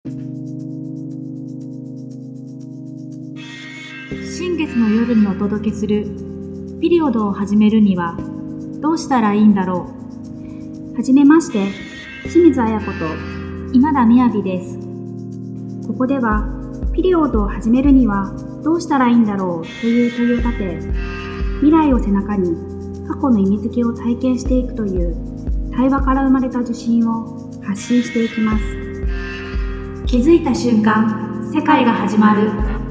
新月の夜にお届けするピリオドを始めるにはどうしたらいいんだろう。はじめまして、清水彩子と今田みやびです。ここではピリオドを始めるにはどうしたらいいんだろうという問いを立て、未来を背中に過去の意味付けを体験していくという対話から生まれた受信を発信していきます。気づいた瞬間、世界が始まる。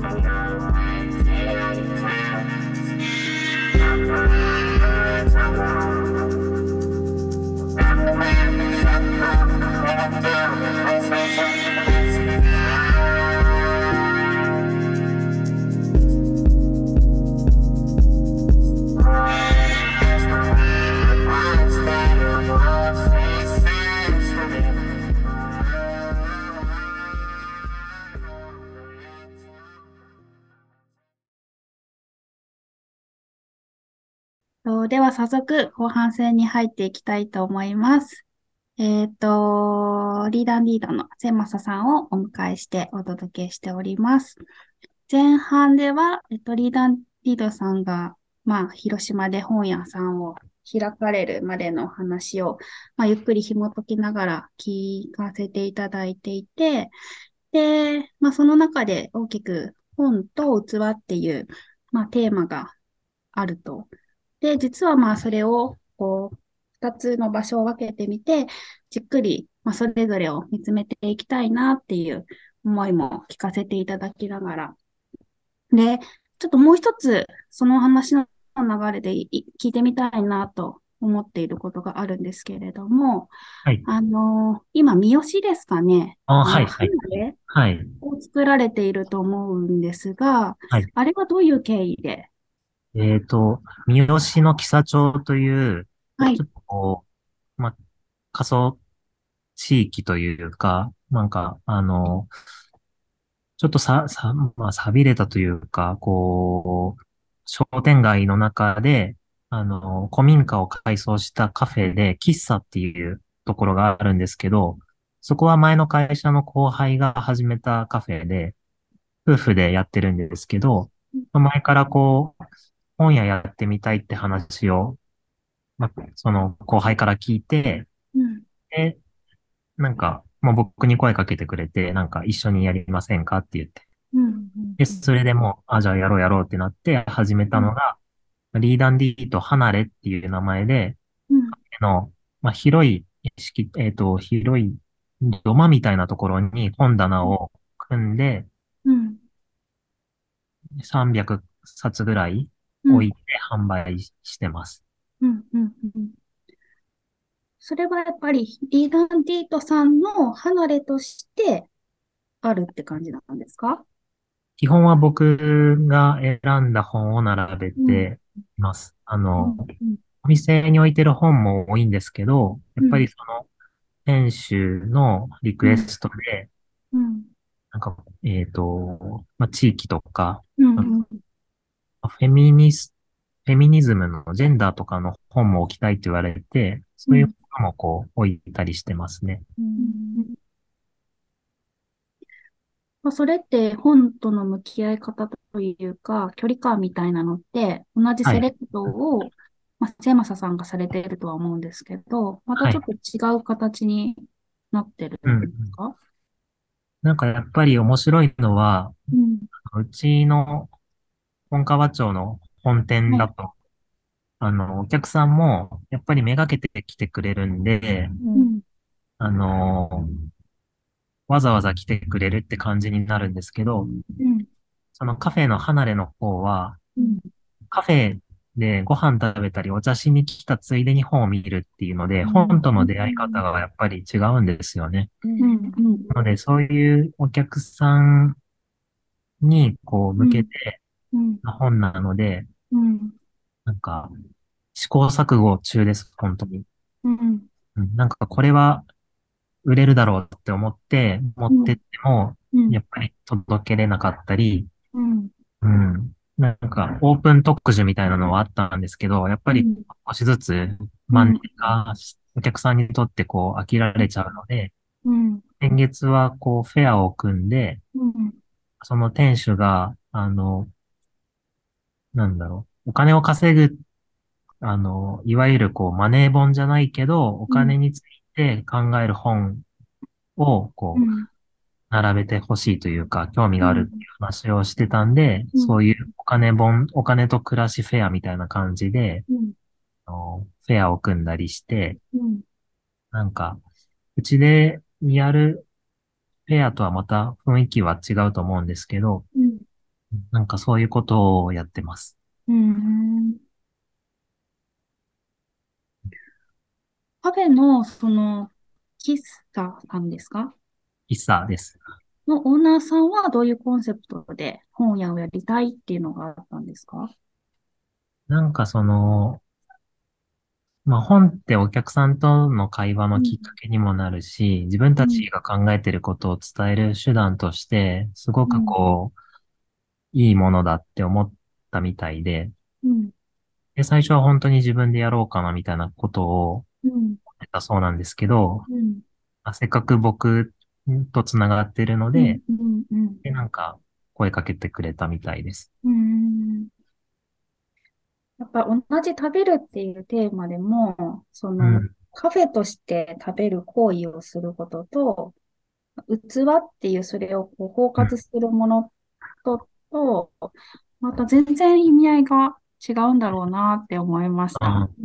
では早速後半戦に入っていきたいと思います。リーダーリーダーの千正さんをお迎えしてお届けしております。前半では、リーダーリーダーさんが、広島で本屋さんを開かれるまでの話を、ゆっくり紐解きながら聞かせていただいていて、で、その中で大きく本と器っていう、テーマがあると。で、実はそれを、二つの場所を分けてみて、じっくり、それぞれを見つめていきたいなっていう思いも聞かせていただきながら。で、ちょっともう一つ、その話の流れで聞いてみたいなと思っていることがあるんですけれども、 はい。 今、三好ですかね。 はい、はい、 離れはい、 を作られていると思うんですが、 はい。 あれはどういう経緯で？ 三好の木佐町という、 はい。 ちょっとこう、過疎地域というか、ちょっと寂れたというか、商店街の中で、古民家を改装したカフェで、喫茶っていうところがあるんですけど、そこは前の会社の後輩が始めたカフェで、夫婦でやってるんですけど、前から本屋やってみたいって話を、その後輩から聞いて、 うん。 で、僕に声かけてくれて、一緒にやりませんかって言って。 うん。うん。 で、 うん。 それでもう、じゃあやろうやろうってなって始めうん。 たのが、リーダンディと離れっていう名前で、 うん。 の、広い広い土間みたいなところに本棚を組んで、 うん。 300冊ぐらいうん。 置いて販売してます。 うん。うん。うん。それはやっぱり、リーダーディートさんの離れとしてあるって感じなんですか？ 基本は僕が選んだ本を並べうん。 ています。 うん。うん。 お店に置いてる本も多いんですけど、やっぱうん。 りその店主のリクエうん。 ストで、 うん。 地域とか、 うん。 まうん。 フェミニズムのジェンダーとかの本も置きたいと言われて、そういううん。 本も置いたりしてますね。 うん。それって本との向き合い方というか、距離感みたいなのって、同じはい。 セレクトを、末政さんがされているとは思うんですけど、またはい。 ちょっと違う形になってるんですうん。 か？ やっぱり面白いのは、 うん。 うちの本川町の本店はい。 だと、お客さんもやっぱりめがけて来てくれるんで、 うん。 あの、わざわざ来てくれるって感じになるんですけど、 うん。 そのカフェの離れの方は、 うん。 カフェでご飯食べたりお茶しに来たついでに本を見るっていうので、 うん。 本との出会い方がやっぱり違うんですよね。 うん。うん。 なので、そういうお客さんに向けうん。 てうん。 の本なので、 うん。 なんか試行錯誤中です、本当に。 うん。 これは売れるだろうって思って持うん。 ってっても、 うん。 やっぱり届けれなかったり、 うん。 オープン特需みたいなのはあったんですけど、やっぱりうん。 少しずつマンネうん。 リ化し、お客さんにとって飽きられちゃうので、 うん。 先月はこうフェアを組んで、 うん。 その店主が、なんだろう、お金を稼ぐ、いわゆるこうマネー本じゃないけど、おうん。 金について考える本をこう、 うん。 並べてほしいというか、興味うん。 があるっていう話をしてたんで、 うん。 そういうお金本、お金と暮らしフェアみたいな感じで、 うん。 フェアを組んだりして、 うん。 なんか、うちでやるフェアとはまた雰囲気は違うと思うんですけど、 うん。 なんかそういうことをやってます。 うん。カフェの、喫茶さんですか？ 喫茶です。 のオーナーさんはどういうコンセプトで本屋をやりたいっていうのがあったんですか？ なんかまあ本ってお客さんとの会話うん。 のきっかけにもなるし、自分たうん。 ちが考えていることを伝える手段として、すごくうん。 こう、いいものだって思ったみたいで、 うん。 で、最初は本当に自分でやろうかなみたいなことを思うん。 ってたそうなんですけど、 うん。 まあ、せっかく僕とつながってるのうん。 で、 うん。うん。 で、なんか声かけてくれたみたいです。 うん。やっぱ同じ食べるっていうテーマでも、 うん。 カフェとして食べる行為をすることと、器っていうそれをこう包うん。 括するものと、また全然意味合いが違うんだろうなって思いました。 ああ、 うん。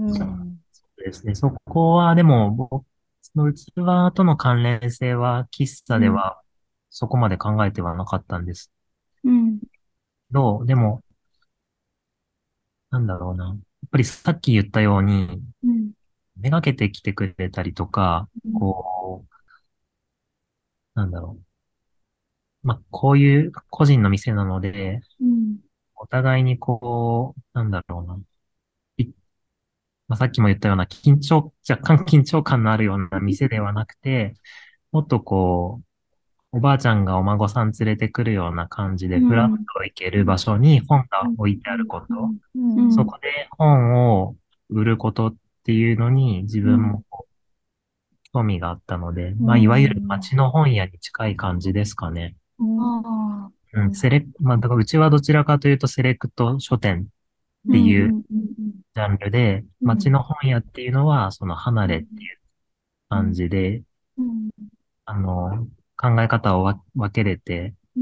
そうですね。そこはでも、その器との関連性は喫茶うん。 ではそこまで考えてはなかったんですうん。 でも、なんだろうな。やっぱりさっき言ったように、 うん。 めがけてきてくれたりとか、 うん。 こう、なんだろう。まあ、こういう個人の店なので、 うん。 お互いにこう、なんだろうな。いまあ、さっきも言ったような若干緊張感のあるような店ではなくて、もっとこう、おばあちゃんがお孫さん連れてくるような感じで、ふらっうん。 と行ける場所に本うん。 が置いてあること、 ううん。 ん。 うん。 そこで本を売ることっていうのに自分うん。 もこう興味があったので、 うまあ、いわゆるん。 街の本屋に近い感じですかね。 ああ。 うん、まあ、だからうちはどちらかというとセレクト書店っうん。 ていううん。うん。 ジャンルで、 うん。 街の本屋っていうのは、その離うん。 れっていう感じで、 うん。 あの、考え方を分けれて、 うん。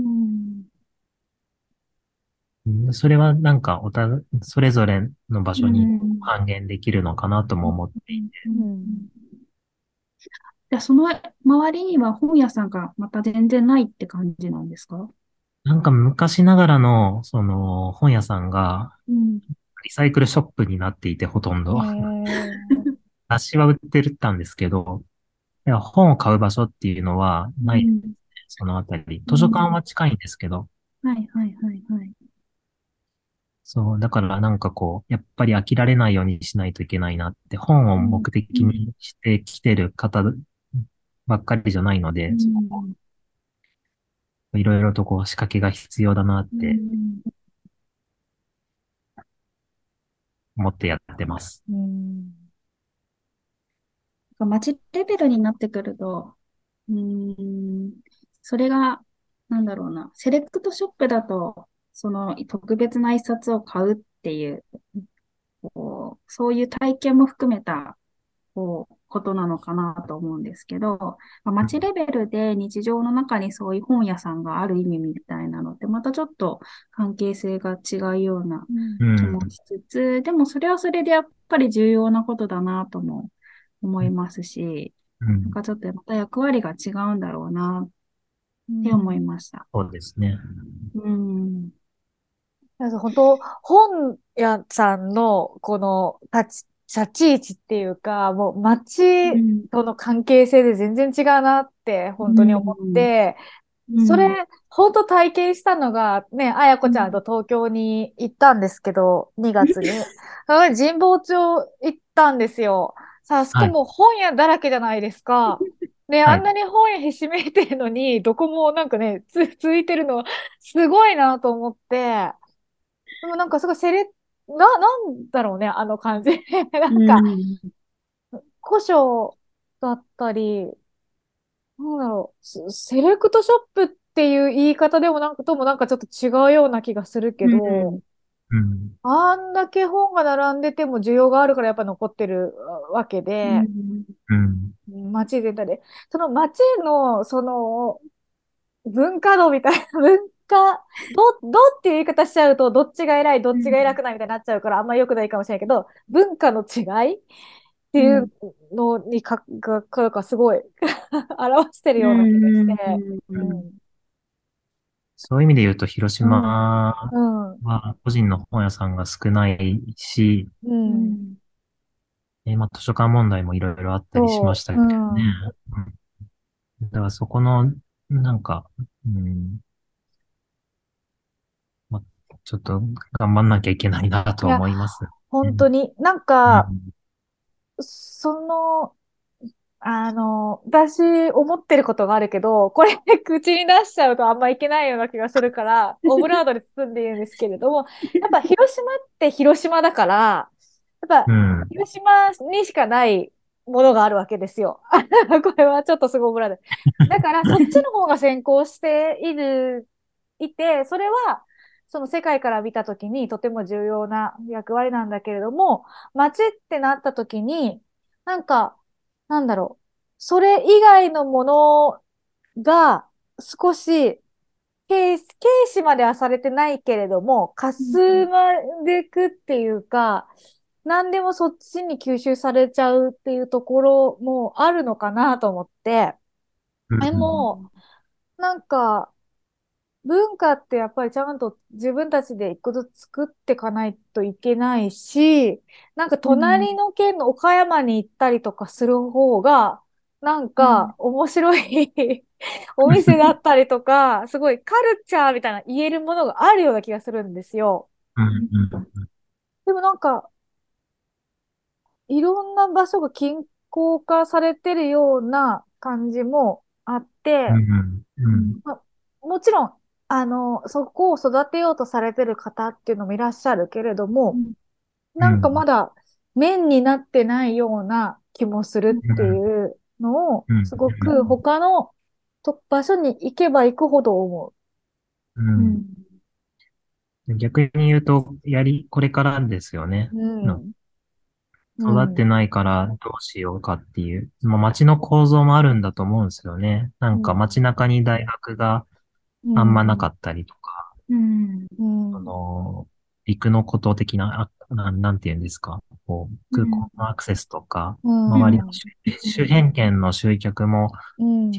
それはなんかそれぞれの場う所にん。 還元できるのかなとも思っていて、 うん。 うん。 じゃあ、その周りには本屋さんがまた全然ないって感じなんですか？ なんか昔ながらの、その本屋さんがうん。 リサイクルショップになっていてほとんど。 え雑誌は売ってたんですけど、いや本を買う場所っていうのはないですね、 うん。 そのあたり。図書館うん。 は近いんですけど、 はいはいはいはい。 そう、だからなんかこう、やっぱり飽きられないようにしないといけないなって、本をうん。 目的うん。 にしてきてる方ばっかりじゃないのうで、 ん。 いろいろとこう仕掛けが必要だなっうてん。 思ってやってます。 うん。 街レベルになってくると、うーん、それが、なんだろうな、セレクトショップだと、その特別な一冊を買うっていう、そういう体験も含めた、ことなのかなと思うんですけど、街レベルで日常の中にそういう本屋さんがある意味みたいなのって、またちょっと関係性が違うようなうん。 うん、 気もしつつ、でもそれはそれでやっぱり重要なことだなとも思いますし、 うん、 なんかちょっとまた役割が違うんだろうなって思いうん。 ました。 そうですね。 うん。 本当、本屋さんのこの立ち位置っていうか、もう街うん。 との関係性で全然違うなってう本当に思っん。 て、それ、 うん。 本当体験したのが、ね、あやこちゃんうん。 と東京に行ったんですけど、2月に。神保町行ったんですよ。さあ、あそこはい、 も本屋だらけじゃないですか。ね、あんはい。 なに本屋ひしめいてるのに、どこもなんかね、ついてるの、すごいなと思って、でもなんかすごいなんだろうね、あの感じ。なうんか、 ん。 古書だったり、 なんだろう、セレクトショップっていう言い方でもなんかちょっと違うような気がするけうど、 ん。 うん。 あんだけ本が並んでても需要があるからやっぱ残ってるわけうで、 ん。 うん。 街全体で。その街の、その、文化度みたいな、どっていう言い方しちゃうと、どっちが偉い、どっちが偉くないみたいになっちゃうから、あんま良くないかもしれないけど、文化の違いっていううん。 のになんかすごい表してるうような気がしん。 て、ううん。 ん。 そういう意味で言うと、広うん。 島うん。 は個人の本屋さんが少ないし、 うん。 うん。 まあ、図書館問題もいろいろあったりしまそしたう。うけどね。 ん。 うん。だからそこの、なんか、うん、まあ、ちょっと頑張んなきゃいけないなといや、 思いますね。 本当に、なんか、 うん。 その、私思ってることがあるけど、これ口に出しちゃうとあんまいけないような気がするから、オブラートで包んでいるんですけれども、やっぱ広島って広島だから、やっぱうん。 広島にしかないものがあるわけですよ。これはちょっとすごいオブラート。だからそっちの方が先行していて、それはその世界から見たときにとても重要な役割なんだけれども、街ってなったときに、なんか、なんだろう。それ以外のものが少し軽視まではされてないけれども、かすまでくっていうか、何でもそっちに吸収されちゃうっていうところもあるのかなと思って、 うん。 でも、なんか、文化ってやっぱりちゃんと自分たちで一個ずつ作っていかないといけないし、なんかうん。 隣の県の岡山に行ったりとかする方が、なんうん。 か面白いお店だったりとか、すごいカルチャーみたいな言えるものがあるような気がするんですよ。 うん。うん。 でもなんか、いろんな場所が均衡化されてるような感じもあって、 うん。うん。 まあ、もちろん、そこを育てようとされてる方っていうのもいらっしゃるけれども、なんかまだ面になってないような気もするっていうのを、 うん。 すごく他の場所に行けば行くほど思うん。 うん。 逆に言うと、これからですよね。 う。うん。う育ってん。 ないからどうしようかっていう、まあ、街の構造もあるんだと思うんですよね。なんかうん。 街中に大学がうあんまなかん。 ったりとか、 うん。 うそん。 の、陸の孤島的な、なんて言うんですか、こう、空港うん。 のアクセスとか、 う周りのん。 周辺圏の集客も、 うん。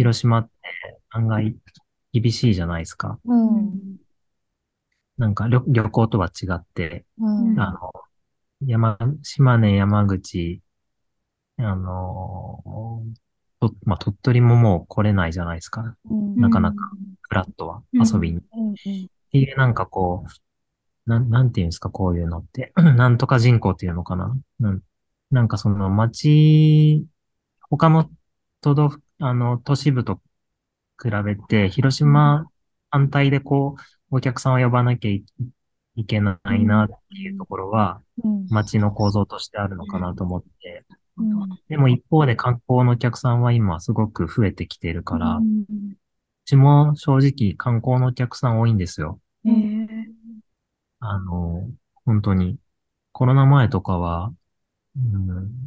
広島って案外厳しいじゃないですか。 ううん。 ん。 なんか旅行とは違って、 うん。 あの、島根、山口、あの、まあ、鳥取ももう来れないじゃないですか。 うん。 なかなか、フラットはうん。 遊びに。っうん。うん。 ていうなんかこう、なんていうんですか、こういうのって。なんとか人口っていうのかな。なんかその他の都道府、都市部と比べて、広うん。 島反対でこう、お客さんを呼ばなきゃいけなうん。 いなっていうところは、 うん。 街の構造としてあるのかなと思って。 うん。 でも一方で観光のお客さんは今すごく増えてきているうから、うん。 ちも正直観光のお客さん多いんですよ。 ええ。 あの、本当に。コロナ前とかは、うん、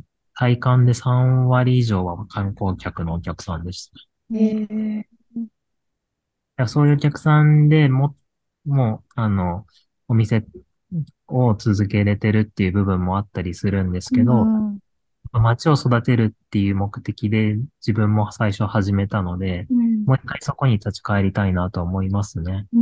体感で3割以上は観光客のお客さんでした。 うん。 ええ。 やそういうお客さんでもう、お店を続けれてるっていう部分もあったりするんですうん。 けど、 うん。 街を育てるっていう目的で自分も最初始めたので、 うん。 もう一回そこに立ち返りたいなと思いますね。 うん。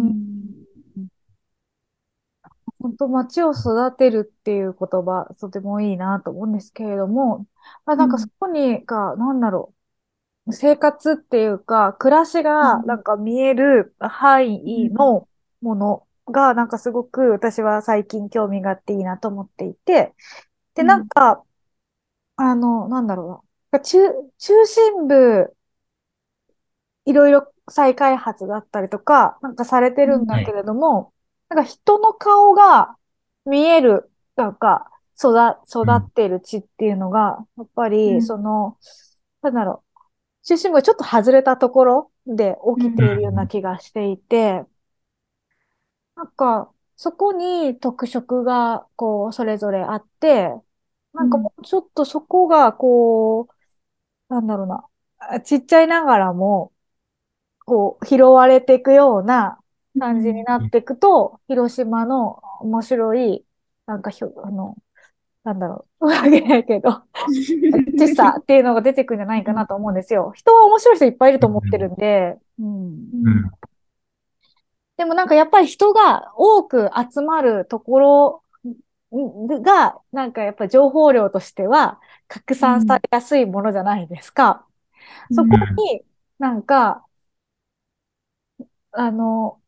本当街を育てるっていう言葉、とてもいいなと思うんですけれども、まあ、なんかそうん。 こになんだろう、生活っていうか、暮らしがなんか見える範囲のものが、なんかすごく私は最近興味があっていいなと思っていて、で、 うん。 なんか、なんだろうな、中心部、いろいろ再開発だったりとか、なんかされてうん。 るんだけれども、なんか人の顔が見える、なんか育うん、 っている地っていうのが、やっぱり、 うん、 その、なんだろう、 中心部がちょっと外れたところで起きているようなうん。 気がしていて、なんか、そこに特色が、こう、それぞれあって、なんかもうちょっとそこが、こう、なんだろうな、ちっちゃいながらも、こう、拾われていくような感じになっていくと、広島の面白い、なんかなんだろう、わけないけど、ちさっていうのが出てくるんじゃないかなと思うんですよ。人は面白い人いっぱいいると思ってるんで、うん。 うん。 でもなんかやっぱり人が多く集まるところが、なんかやっぱり情報量としては拡散されやすいものじゃないですか。そこになんか、あの、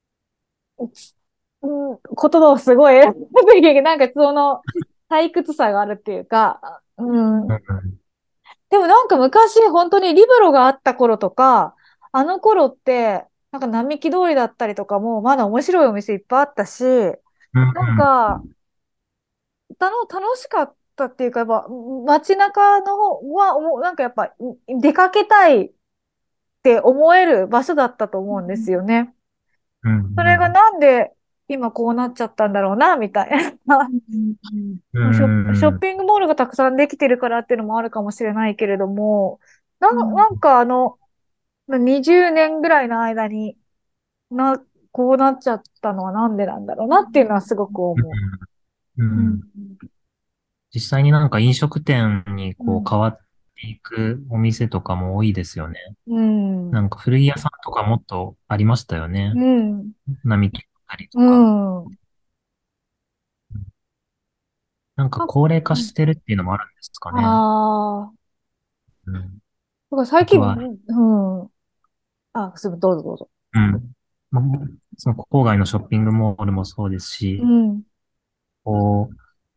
言葉をすごい選ぶべき、なんかその退屈さがあるっていうか、 うん。 でもなんか昔本当にリベロがあった頃とか、あの頃って、なんか並木通りだったりとかもまだ面白いお店いっぱいあったし、 うん。 なんか楽しかったっていうか、やっぱ街中の方はなんかやっぱ出かけたいって思える場所だったと思うんですよね。 うん。 それがうん。 なんで今こうなっちゃったんだろうな、みたいな。 うショッん。 ピングモールがたくさんできてるからっていうのもあるかもしれないけれども、なんか20年ぐらいの間にこうなっちゃったのはなんでなんだろうなっていうのはすごく思うん。実際になんか飲食店にう。うん。 こう変わっていくお店とかも多いですよね。 うん。 なんか古着屋さんとかもっとありましたよね。 うん。 並木だったりとうか。 ん。 なんかあ、 高齢化うん。 してるっていうのもあるんですかね。 ああ。 うん。 だから最近、 あとは、 うん。あ、すぐどうぞどうぞ。 うん。まその郊外のショッピングモールもそうですし、 うん。 こう、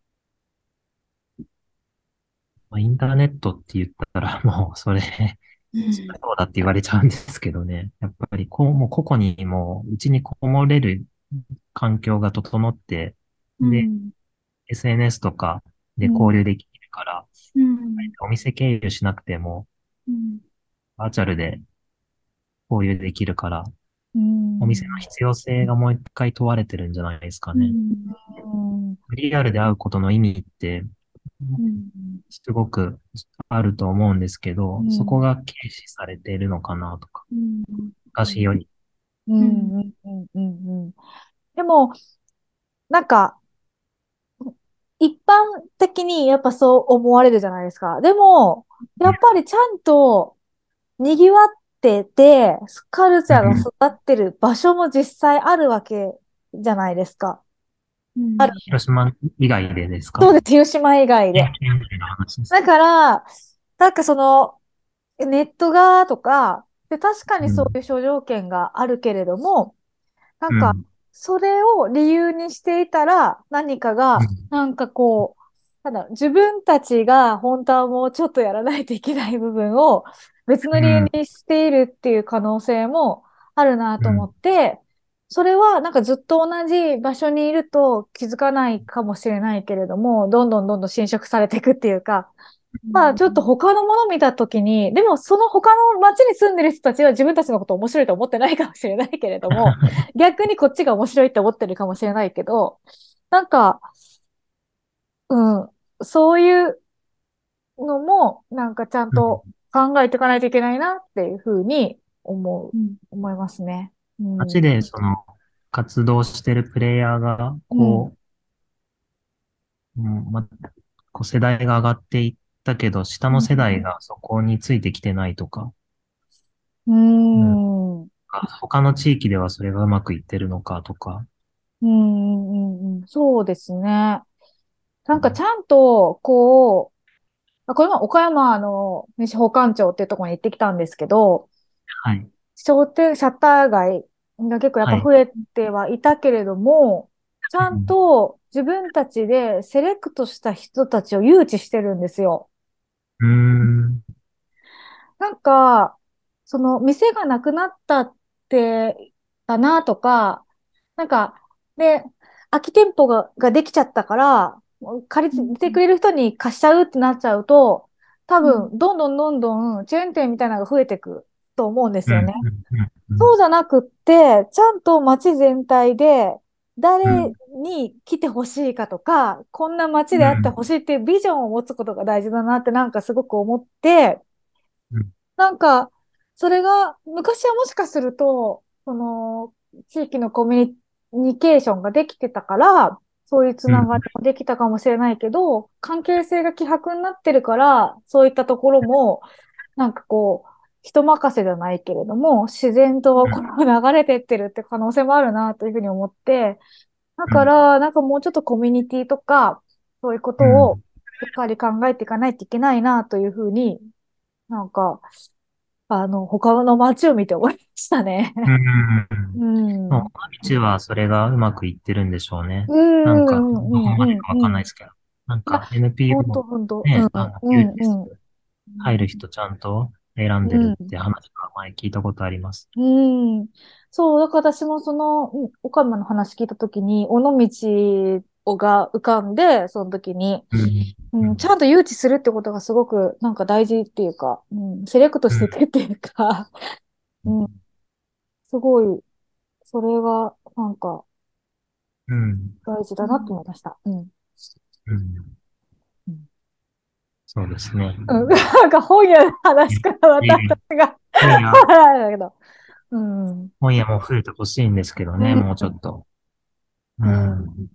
インターネットって言ったらもうそれそうだって言われちゃうんですけどね。やっぱりこう、もう個々にもう、うちにこもれる環境が整って、で、SNS とかで交流できるから、お店経由しなくても、バーチャルで交流できるから、 うお店のん。 必要性がもう一回問われてるんじゃないですかね。 うん。 うん。 リアルで会うことの意味って、すごくあると思うんですけど、そこが軽視されているのかなとか、昔より。 うん。うん。うん。うん。でも、なんか、一般的にやっぱそう思われるじゃないですか。でも、やっぱりちゃんと賑わってて、カルチャーが育ってる場所も実際あるわけじゃないですか。ある。 広島以外でですか？ そうです、広島以外で。 みたいな話です。 だから、なんかその、ネットがとか、で、確かにうん。 そういう諸条件があるけれども、なんか、 うん。 それを理由にしていたら、何かが、 うん。 なんかこう、なんだろう、自分たちが本当はもうちょっとやらないといけない部分を別の理由うん。 にしているっていう可能性もあるなと思うん。 って、それはなんかずっと同じ場所にいると気づかないかもしれないけれども、どんどん侵食されていくっていうか、まあちょっと他のもの見たときに、でもその他の町に住んでる人たちは自分たちのこと面白いと思ってないかもしれないけれども、逆にこっちが面白いって思ってるかもしれないけど、なんか、うん、そういうのも、なんかちゃんうん。 と考えていかないといけないなっていうふうに思いますね。うん。 街でその活動してるプレイヤーが、 うん。 こう世代が上がっていったけど、下の世代がそこについてきてないとか、 ううん、 ん。うん。 他の地域ではそれがうまくいってるのかとか、 うん。うん。そうですね。なんかちうん。 ゃんと、こう、これは岡山の西保管町っていうところに行ってきたんですけど、 はい。 シャッター街が結構やっはい。 ぱ増えてはいたけれども、ちゃんうん。 と自分たちでセレクトした人たちを誘致してるんですよ。 うーん。 なんか、その店がなくなっただなとか、なんか、で、空き店舗ができちゃったから、借りてくれる人に貸しちゃうってなっちゃうと、 多うん、 分、どんどんどんどんチェーン店みたいなのが増えていくと思うんでうん、 すよね。 うん、うん、 そうじゃなくって、ちゃんと街全体で誰うん、 に来てほしいかとか、こんな街であってうん、 ほしいっていうビジョンを持つことが大事だなってなんかすごく思って、 うん、 なんか、それが、昔はもしかすると、地域のコミュニケーションができてたから、そういうつうん、 ながりもできたかもしれないけど、関係性が希薄になってるから、そういったところも、なんかこう、人任せじゃないけれども、自然とこの流れてってるって可能性もあるなというふうに思って、だうん、 から、なんかもうちょっとコミュニティとか、そういうことをうん、 しっかり考えていかないといけないなというふうになんか、他の街を見て思いましたね。 うん。 うん。うん、 もうこの道はそれがうまくいってるんでしょうね。 うん、 なんか、 うん、 どこまでうん、 かわうん。 かんないですけど。なんいや、 かほんと、 NPO ほんと、うね、 ん、う誘致ん、うん。 入る人ちゃんと選んでるって話が前聞いたことあります。 うん。そう、だから私も岡山の話聞いたときに、尾道が浮かんで、その時に、 うん。ううん、ちゃん。 んと誘致するってことがすごくなんか大事っていうか、うん、セレクトうん。 していくっていうか、うん、すごい、それがなんかうん。 大事だなとうん、 思いました。うん。 うん。 うん、 そうですね。 うん、なんか本屋の話からまた私いえいえが本屋、 だけど。うん。 本屋も増えてほしいんですけどね、 うん。 もうちょっと。ううん。 ん。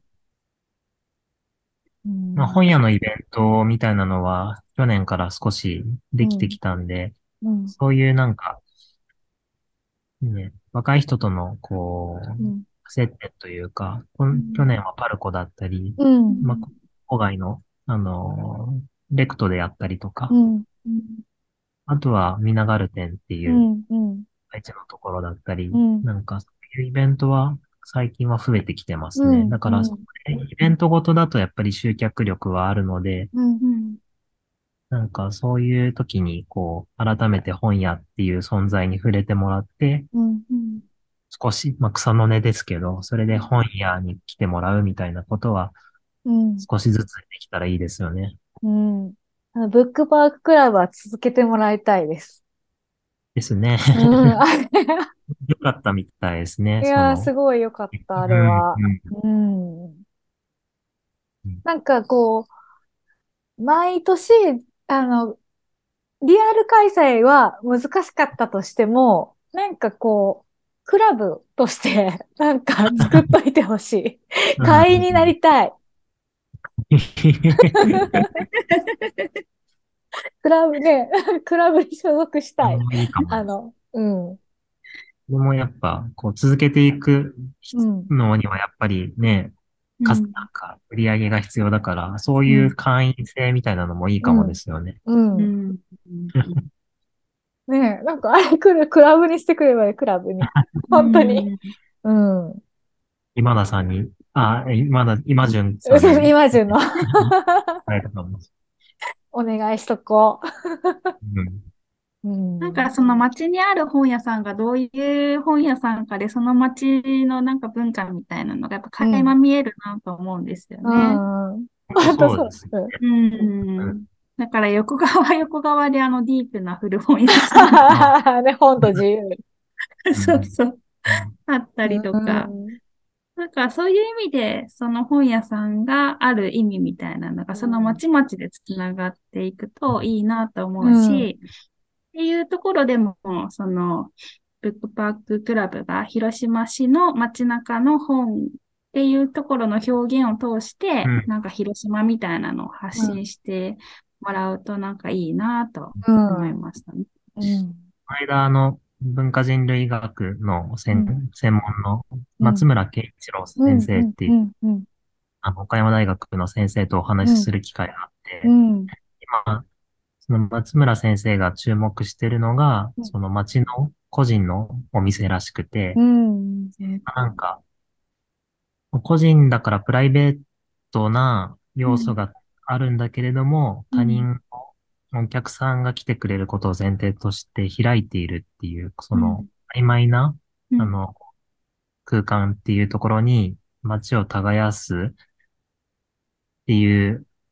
うまあ、 ん。 本屋のイベントみたいなのは去年から少しうん。 できてきたんで、 うん。 そういうなんか、ね、若い人との、 うん。 接点というか、去うん。 年はパルコだったり、 うん。 まあ、郊外の、レクトでやったりとか、 うん。 あとは、ミナガルテンっていううん。うん。 愛知のところだったり、 うん。 なんか、そういうイベントは最近は増えてきてますね。 うん。 だから、そこでイベントごとだとやっぱり集客力はあるので、 うん。 うん、 なんかそういう時に、改めて本屋っていう存在に触れてもらって、 うん。うん。 少し、まあ、草の根ですけど、それで本屋に来てもらうみたいなことは、 うん。 少しずつできたらいいですよね。 うん。ブックパーククラブは続けてもらいたいです。 ですね。 うん。 よかったみたいですね、 いやー、すごい良かった、あうん、 れは。 うん、 うん。 うん。 なんかこう、毎年、あの、リアル開催は難しかったとしても、なんかこう、クラブとしてなんか作っといてほしい。 うん、 会員になりたい。クラブね、クラブに所属したい。 いいかもです。 うん、 でもやっぱ、続けていくうん、 のにはやっぱりね、なんうん、 か、売り上げが必要だから、そううん、 いう会員制みたいなのもいいかもでうん、 すよね。 うん。 うん、 ねえ、なんかあれクラブにしてくればいい、クラブに。 う本当に。 ん、 うん。 今田さんに、今順さんに、 今中のあれだと思います。 お願いしとこうん。 う。うん。 なんかその町にある本屋さんがどういう本屋さんかで、その町のなんか文化みたいなのがやっぱ垣間うん。 見えるなと思うんですようね。 ん。 本当本当そう。 そうですね。 うん。 ううん。 ん。だから横側横側でディープな古本屋さんがあ、 ね、本と自由。 うそうん。 そう、 うん。 あったうりとか。 ん。 なんかそういう意味で、その本屋さんがある意味みたいなのが、そのうん。 町々でつながっていくといいなと思ううん。 し、っていうところでも、その、ブックパーククラブが広島市の街中の本っていうところの表現を通して、 うん。 なんか広島みたいなのを発うん。 信してもらうとなんかいいなと思いましたね。 うん。 この間、文化人類学のうん。 専門のうん。 松村慶一郎うん。 先生っていう、 うん。うん。 岡山大学の先生とおうん。 話しする機会があって、 うん。 今、その松村先生が注目してるのが、その町の個人のお店らしくて、 うん。 なんか、個人だからプライベートなうん、 要素があるんだけれども、 うん、 他人のお客さんが来てくれることを前提として開いているっていう、そのうん、 曖昧な、 うん、 あの、空間っていうところに街を耕すっていう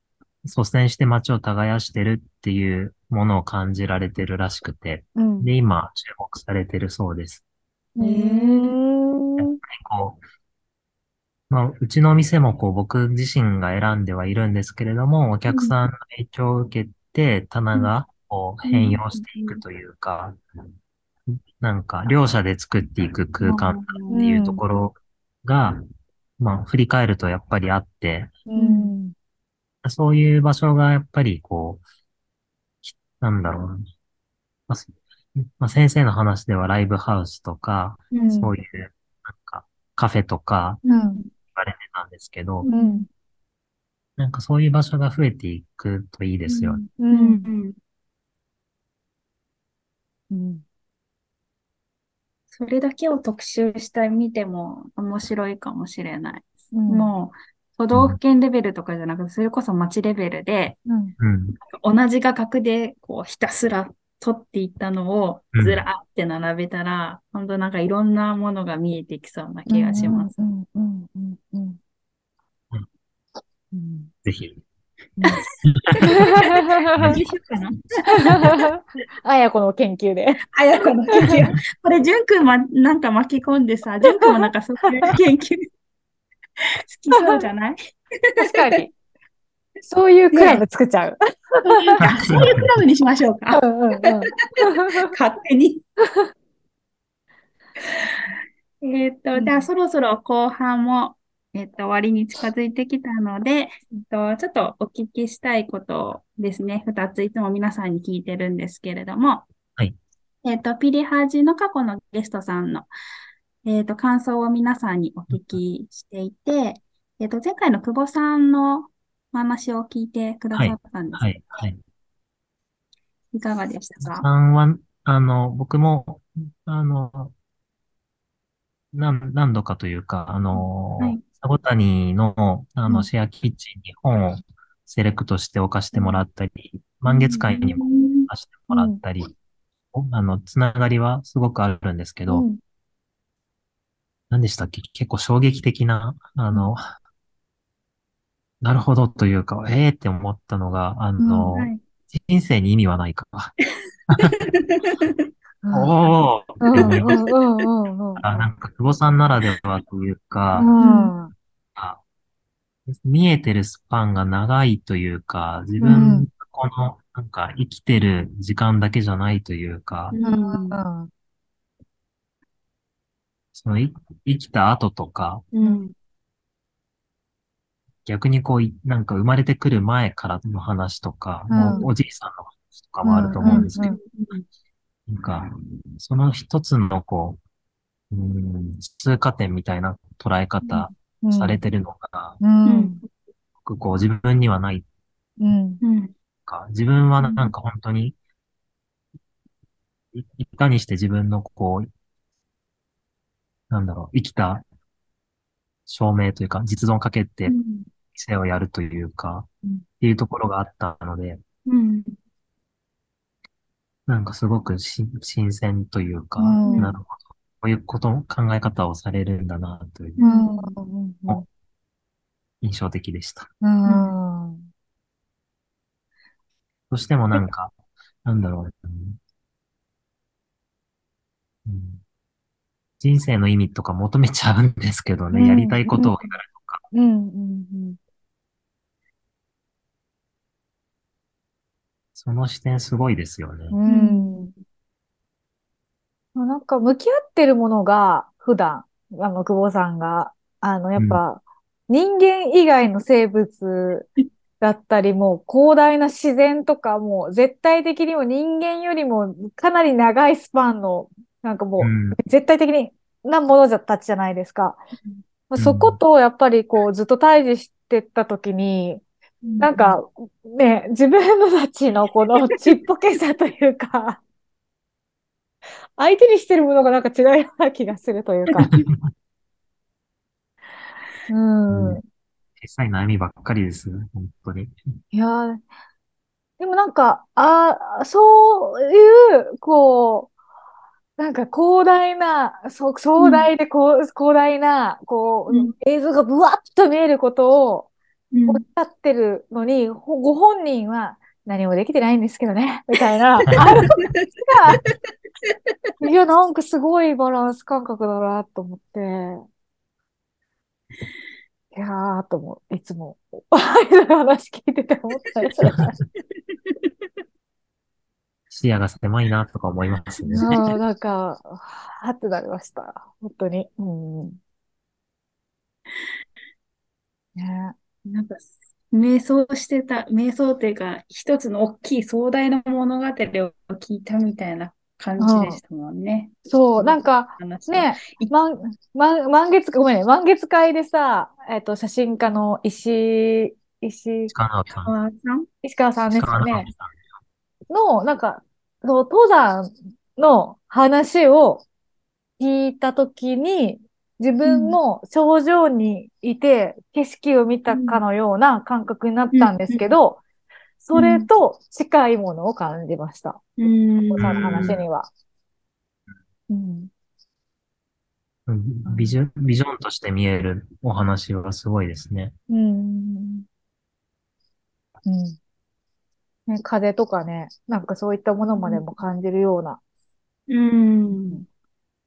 率先して街を耕してるっていうものを感じられてるらしくて、 うん。 で、今、注目されてるそうです。 うえー、 ーん。 こまあ、うちのお店も僕自身が選んではいるんですけれども、おうん、 客さんの影響を受けて棚うん、 がうん、 変容していうん。 くというか、なんか両者で作っていくあ空間っうていうとん。 ころが、まあ振り返るとやっぱりあって、 ううん、 ん。 そういう場所がやっぱりなんだろうな。まあ、先生の話ではライブハウスとか、 うん、 うん。 そういうなんかカフェとかうん、 うん。 言われてたんですけど、 うん、 うん。 なんかそういう場所が増えていくといいですよね。 ううん、うん。 ん。 うん。 それだけを特集してみても面白いかもしれない。 うん。 もう、都道府うん。 県レベルとかじゃなくて、それこそ町レベルで、 うん。 うん。 同じ画角でこうひたすら撮っていったのをうん。 ずらーって並べたら、本当なんかいろんなものが見えてきそうな気がうん。うん。 します。 うん。うん。うん。うん。 うん、 うん。 ぜひ。 うん。 研究しようかな。 あやこの研究で。 あやこの研究。これ、淳くんなんか巻き込んでさ、淳くんもなんかそういう研究好きそうじゃない？ 確かに。そういうクラブねえ、 作っちゃう。 そういうか、そういうクラブにしましょうか。 うんうんうん。 勝手に。じゃあうん。 そろそろ後半も、終わりに近づいてきたので、ちょっとお聞きしたいことですね。二ついつも皆さんに聞いてるんですけれども、 はい。 ピリハジの過去のゲストさんの、感想を皆さんにお聞きしていて、前回の久保さんのお話を聞いてくだはい。 さったんです。 はい。はい。 いかがでしたか？ さんは、僕も、あの、何度かというか、 はい。 サボタニーの、 うん。 シェアキッチンに本をセレクトして置かせてもらうん。 ったり、 う満月会にもん。 させてもらっうん。 たり、つながりはすごくあるんですけど、 うん。 何でしたっけ、結構衝撃的な、 うん。 なるほどというか、ええって思ったのが、 うん。 はい。 人生に意味はないか。 うん。 おーっうん。 て思いましうん。うん。 た。なんか、久保さんならではといううか、 ん。 あ見えてるスパンが長いというか、自うん。うん。 分、この、なんか、生きてる時間だけじゃないというか、 うん。 その、生きた後とか、 うん。 うん。 逆になんか生まれてくる前からの話とか、もううん。 おじいさんの話とかうん。 もあるとうん。 思うんですけど、 うん。 なんか、その一つの通過点みたいな捉え方うん。 されてるのが、 ううん。 ん。 自分にはないうん。 うん。 か、自分はうん。 なんか本当に、いかにして自分のなんだろう、生きた証明というか、実存をかけてうん。 店をやるというか、 うん。 っていうところがあったので、 うん。 なんかすごく新鮮といううか、なん。 るほど。こういう考え方をされるんだな、という、 うん。 お印象的でした。 うん。 そしてもなんか、なんだろう、うん、人生の意味とか求めちゃうんですけどね、やりうん。 たいことをやるとか、 うん。 その視点すごいですよね。 ううん。 ん。なんか向き合ってるものが普段、久保さんが、やうん、 っぱ人間以外の生物だったり、もう広大な自然とか、もう絶対的にも人間よりもかなり長いスパンの、なんかもうん、 う絶対的なものたちじゃないですか。まあそこうん、 とやっぱりこうずっと対峙してった時に、 うん。 なんかね、自分のたちのこのちっぽけさというか、相手にしてるものがなんか違うような気がするというか。ううん、 ん。 小さい悩みばっかりです。本当に。 いやー、でもなんか、そういう、こなんか広大な、壮うん。 大で広大な、 うん。 映像がブワッと見えることを、 うん。 おっしゃってるのに、ご本人は何もできてないんですけどね、みたいな、あのが、いや、なんかすごいバランス感覚だなと思って、いやーと思う、いつも、アイドルの話聞いてて思ったりする。 視野が狭いなとか思いますね。 なんか、はってなりました。本当に。うん。ね。 なんか、瞑想っていうか、一つの大きい壮大な物語を聞いたみたいな感じでうん。 したもんね。 そう、 すごくなんか、 話は。 ね、ごめんね、満月会でさ、写真家の鹿直樹さん。 さん。 石川さんです鹿よね。 直樹さん。 なんか、そう登山の話を聞いたときに、自分うん。 も頂上にいて景色を見たかうん。 のような感覚になっうん。 たんですけど、それうん。 と近いものを感じました。 ううその話ん。 には。うん。うん。 ビジョンとして見えるお話はすごいですね。 うん。うん。ね、風とかね、なんかそういったものまでも感じるような。 うん。 うん。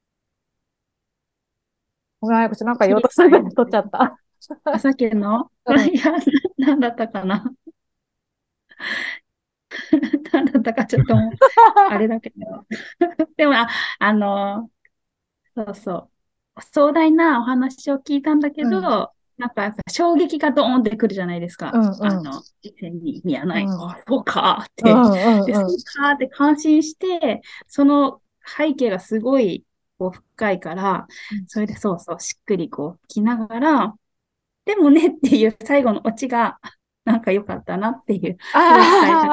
ごめん、あやこちゃん、なんか言おう綺麗としたけど、取っちゃな。 った。 さっきの、 うん。 いや、なんだったかな。なんだったかちょっともう、あれだけど。でも、あの、そうそう。壮大なお話を聞いたんだけど、 うん。 なんかやっぱ衝撃がドーンってくるじゃないですか。 うん。うん。 視線に見やない。 うん。 あ、そうかっうて。で、そん。うん。 うかって感心して、その背景がすごいこう深いから、 うん。 それでそうそう、しっくりこう聞きながら、でもねっていう最後のオチが、なんか良かったなっていう、 あそれを伝えたい。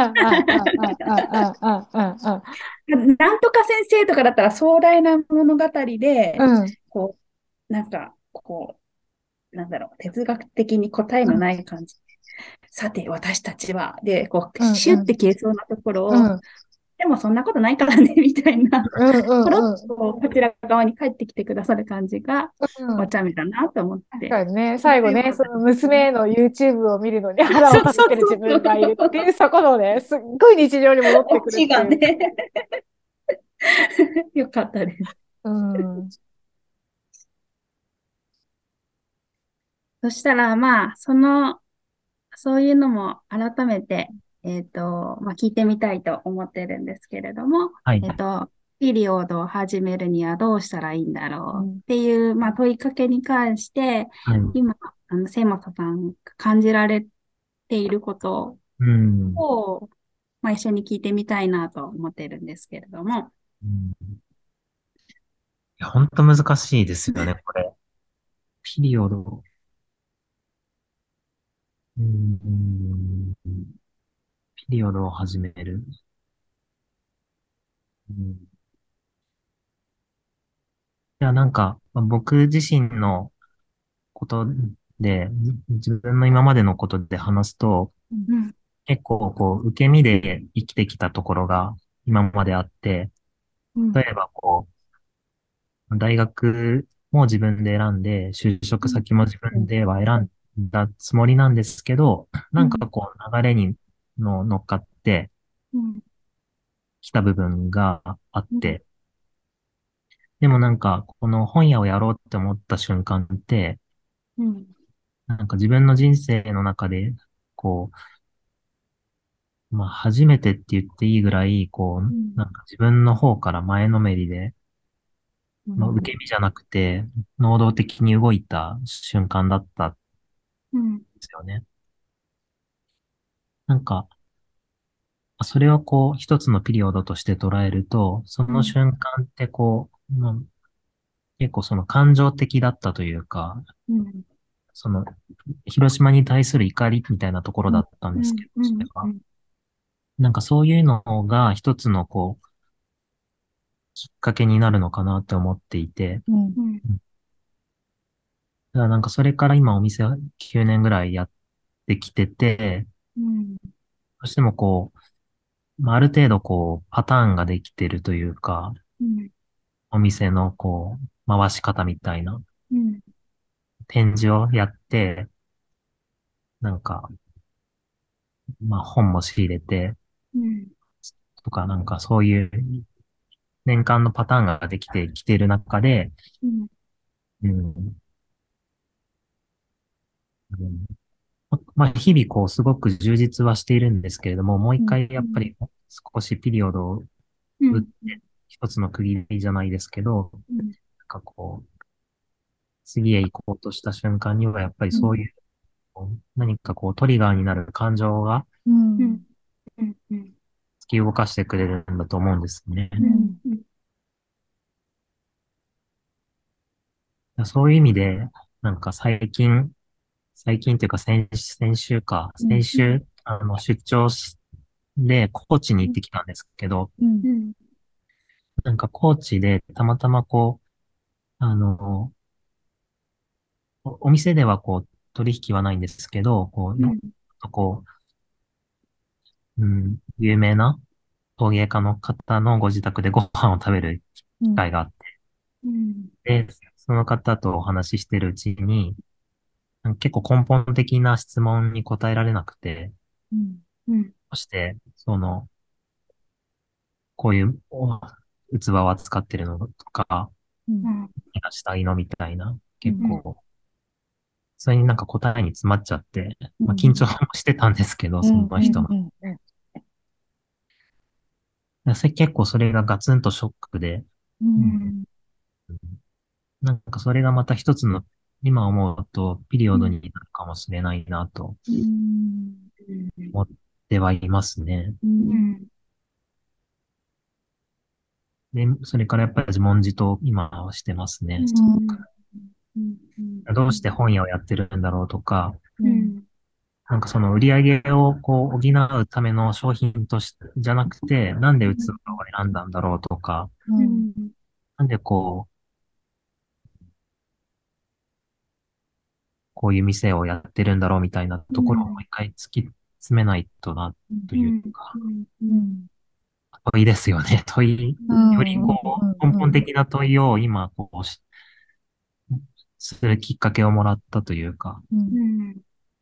あ。 なんとか先生とかだったら壮大な物語で、 うん。うん。 こう、なんか、こう、なんだろう、哲学的に答えのない感じ。さて、私たちは、で、こう、 うん。 シュッて消えそうなところを、 うん。 でもそんなことないからね、みたいな、 うん。 ポロッうん。 とこちら側に帰ってきてくださる感じが、 うん。 お茶目だなと思って、 確かにね、 それ最後ね、そのが良かったですね。 娘の YouTube を見るのに腹をそうそう立ててる自そう分がいるそう。 っていう、そこのね、すっごい日常に戻ってオチがね、 くるっていう。 良かったです。 うん。うん。 そしたら、まあ、そういうのも改めて、まあ、聞いてみたいと思ってるんですけれども、 はい。 ピリオドを始めるにはどうしたらいいんだろうっうん。 ていう、まあ、問いかけに関して、 はい。 今、セイマサさんが感じられていることうん。 を、まあ、一緒に聞いてみたいなと思ってるんですけれども。 うん、いや、本当難しいですよね、これ。ピリオド。うん。ピリオドを始める。うん、いや、なんか、僕自身のことで、自分の今までのことで話すと、 うん。 うん、 結構こう、受け身で生きてきたところが今まであって、 うん、 例えばこう、大学も自分で選んで、就職うん、 先も自分では選んだつもりなんですけど、なんかうん、 こう、流れに乗っかってうん、 きた部分があっうん、 て、でもなんか、この本屋をやろうって思った瞬間って、 うん、 なんか自分の人生の中で、こまあ、初めてって言っていいぐらい、こう、 うん、 なんか自分の方から前のめりで、まあ、 うん、 受け身じゃなくて、能動的に動いた瞬間だったんでうん、 すよね。なんか、それをこう、一つのピリオドとして捉えると、そのうん、 瞬間ってこう、結構その感情的だったというか、 うん、 その、広島に対する怒りみたいなところだったんうん、 ですけど、 うん、 それは。 うん、 なんかそういうのが一つのこう、きっかけになるのかなって思っていて、 うん。 うん、 だからなんかそれから今お店9年ぐらいやってきてて、 うん、 どうしてもこう、まあ、ある程度こう、パターンができてるというか、 うん、 お店のこう、回し方みたいなうん、 展示をやって、 なんか、まあ本も仕入れて、 うん。 とかなんかそういう年間のパターンができてきている中で、 うん。 うん、うんまあ日々こうすごく充実はしているんですけれども、もううん。 一回やっぱり少しピリオドを打ってうん。 一つの区切りじゃないですけど、 うん。 なんかこう、次へ行こうとした瞬間にはやっぱりうん。 そういうこう何かこうトリガーになる感情がううん。 ん。 うん。うん。 突き動かしてくれるんだと思うんですね。 うん。 うん。 うん。 そういう意味で、なんか最近というかうん。 先週、出張で高知に行ってきたんですけど、 うん。 うん。 なんか高知でたまたまこう、お店ではこう、取引はないんですけど、こう、 うん。 こ有名な陶芸家の方のご自宅でご飯を食べるうん。 機会があっうん。 て、で、その方とお話ししてるうちに、なんか結構根本的な質問に答えられなくて、 うん。 うん。 そして、こういう器を扱ってるのとか、 うん。 うん。 何がしたいのみたいな、 うん。 うん。 結構、それになんか答えに詰まっちゃって、まあ緊張もしてたんですけど、そうん。うん。 の人の。 うん。うん。 結構それがガツンとショックで、 ううん。 ん。 なんかそれがまた一つの、今思うとピリオドうん。 になるかもしれないなとうん。 思ってはいますね。 うん。 うん。 で、それからやっぱり自問自答今はしてますね。 うん。うん。 どうして本屋をやってるんだろうとか、 うん。 うん。 なんかその売り上げをこう補うための商品とし、じゃなくて、なんで器を選んだんだろうとか、 うん。 うん。 なんでこういう店をやってるんだろうみたいなところをもう一回突き詰めないとな、といううん。 か、 うん。 問いですよね。よりこう、根本的な問いを今するきっかけをもらったというか、 うん。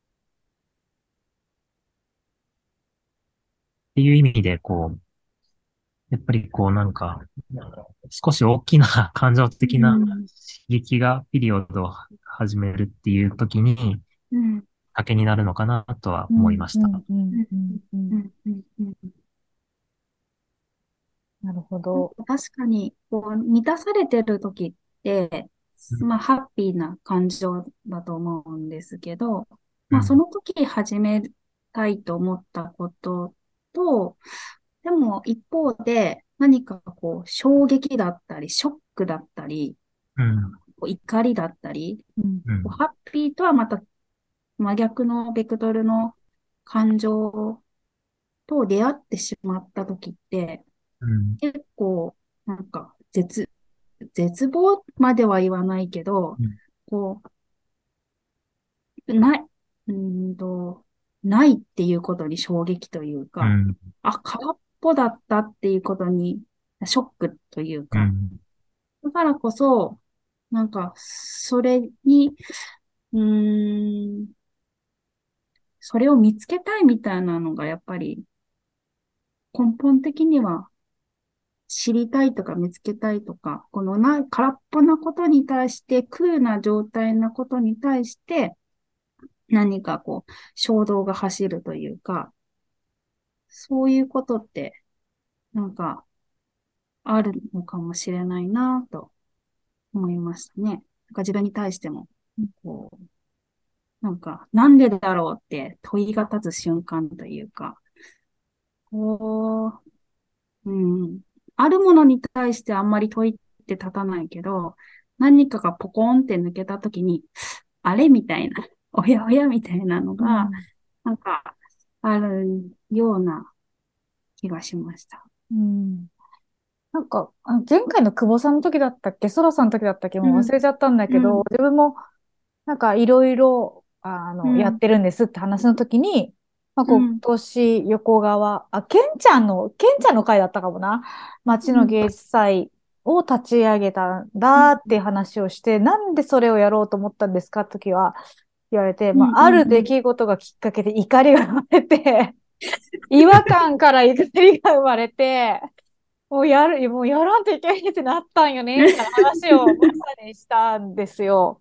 っていう意味で、やっぱりなんか、少し大きな感情的な刺激がピリオドを始めるっていう時に、 うん。 賭けになるのかなとはうん。 思いました。 うん。うん。うん。うん。 うん。うん。うん。 なるほど。 確かに、満たされてる時って、 うんまあ、ハッピーな感情だと思うんですけど、まあ、そうんの時始めたいと思ったことと、でも一方で何か衝撃だったり、ショックだったり、 うん怒りだったり、 うん。 うんハッピーとはまた真逆のベクトルの感情と出会ってしまった時って、 うん結構、なんか、絶望までは言わないけど、 うんこない、うーんと、ないっていうことに衝撃というか、 うんあ、空っぽだったっていうことに、ショックというか、 うんだからこそ、なんか、それに、うーん、それを見つけたいみたいなのが、やっぱり根本的には知りたいとか見つけたいとか、空っぽなことに対して、空な状態なことに対して、何か衝動が走るというか、そういうことって、なんか、あるのかもしれないなと思いましたね。なんか自分に対しても、こう、なんか、なんでだろうって問いが立つ瞬間というか、こうん、あるものに対してあんまり問いって立たないけど、何かがポコンって抜けたときに、あれみたいな、おやおやみたいなのが、 うん。 なんか、あるような気がしました。 うん。なんか、前回の久保さんの時だったっけ、ソラさんの時だったっけ、 うん、 もう忘れちゃったんだけど、 うん、 自分も、なんかいろいろ、やっうん、 てるんですって話の時に、まあ、今うん、 年横川、ケンちゃんの会だったかもな。町うん、 の芸術祭を立ち上げたんだっていう話をして、なんでそれをやろうと思ったんですかって時は、 言われて、 うんある出来事がきっかけで怒りが生まれて、違和感から怒りが生まれて、もうやらんといけないってなったんよね、みたいな話をまさにしたんですよ。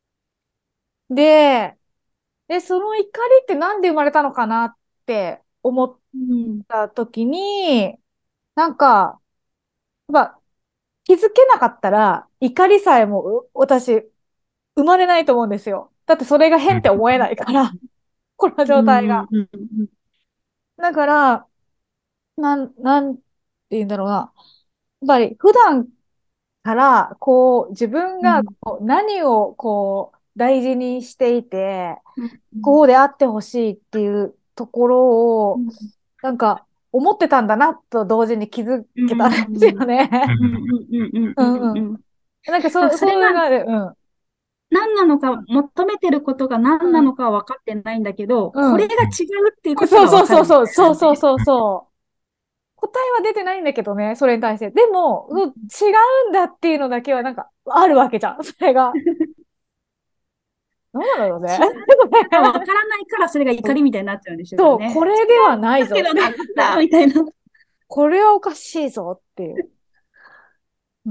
で、その怒りってなんで生まれたのかなって思っうんた時に、なんか、やっぱ気づけなかったら怒りさえも私生まれないと思うんですよ。だってそれが変って思えないから、このうん状態が。 うんうんだから、なんて言うんだろうな。やっぱり普段から、こう、自分がうんこう何をこう、大事にしていて、 うんこうであってほしいっていうところを、 うんなんか、思ってたんだな、と同時に気づうんけたんですよね。 うんうんううんんうん。 うん。 なんか、 それがそういうので、うん。 何なのか、求めてることが何なうん。 のかは分かってないんだけど、こうん。 れが違うっていうことそうが分かるみそうそうそう、 たいなね。 そう。答えは出てないんだけどね、それに対して。でも、違うんだっていうのだけはなんかあるわけじゃん、それが。なんだろうね。 違うのが分からないから、それが怒りみたいになっちゃうんでしょうそう、こね。 れではないぞ。 だけどなんだみたいな。 これはおかしいぞっていう。うん。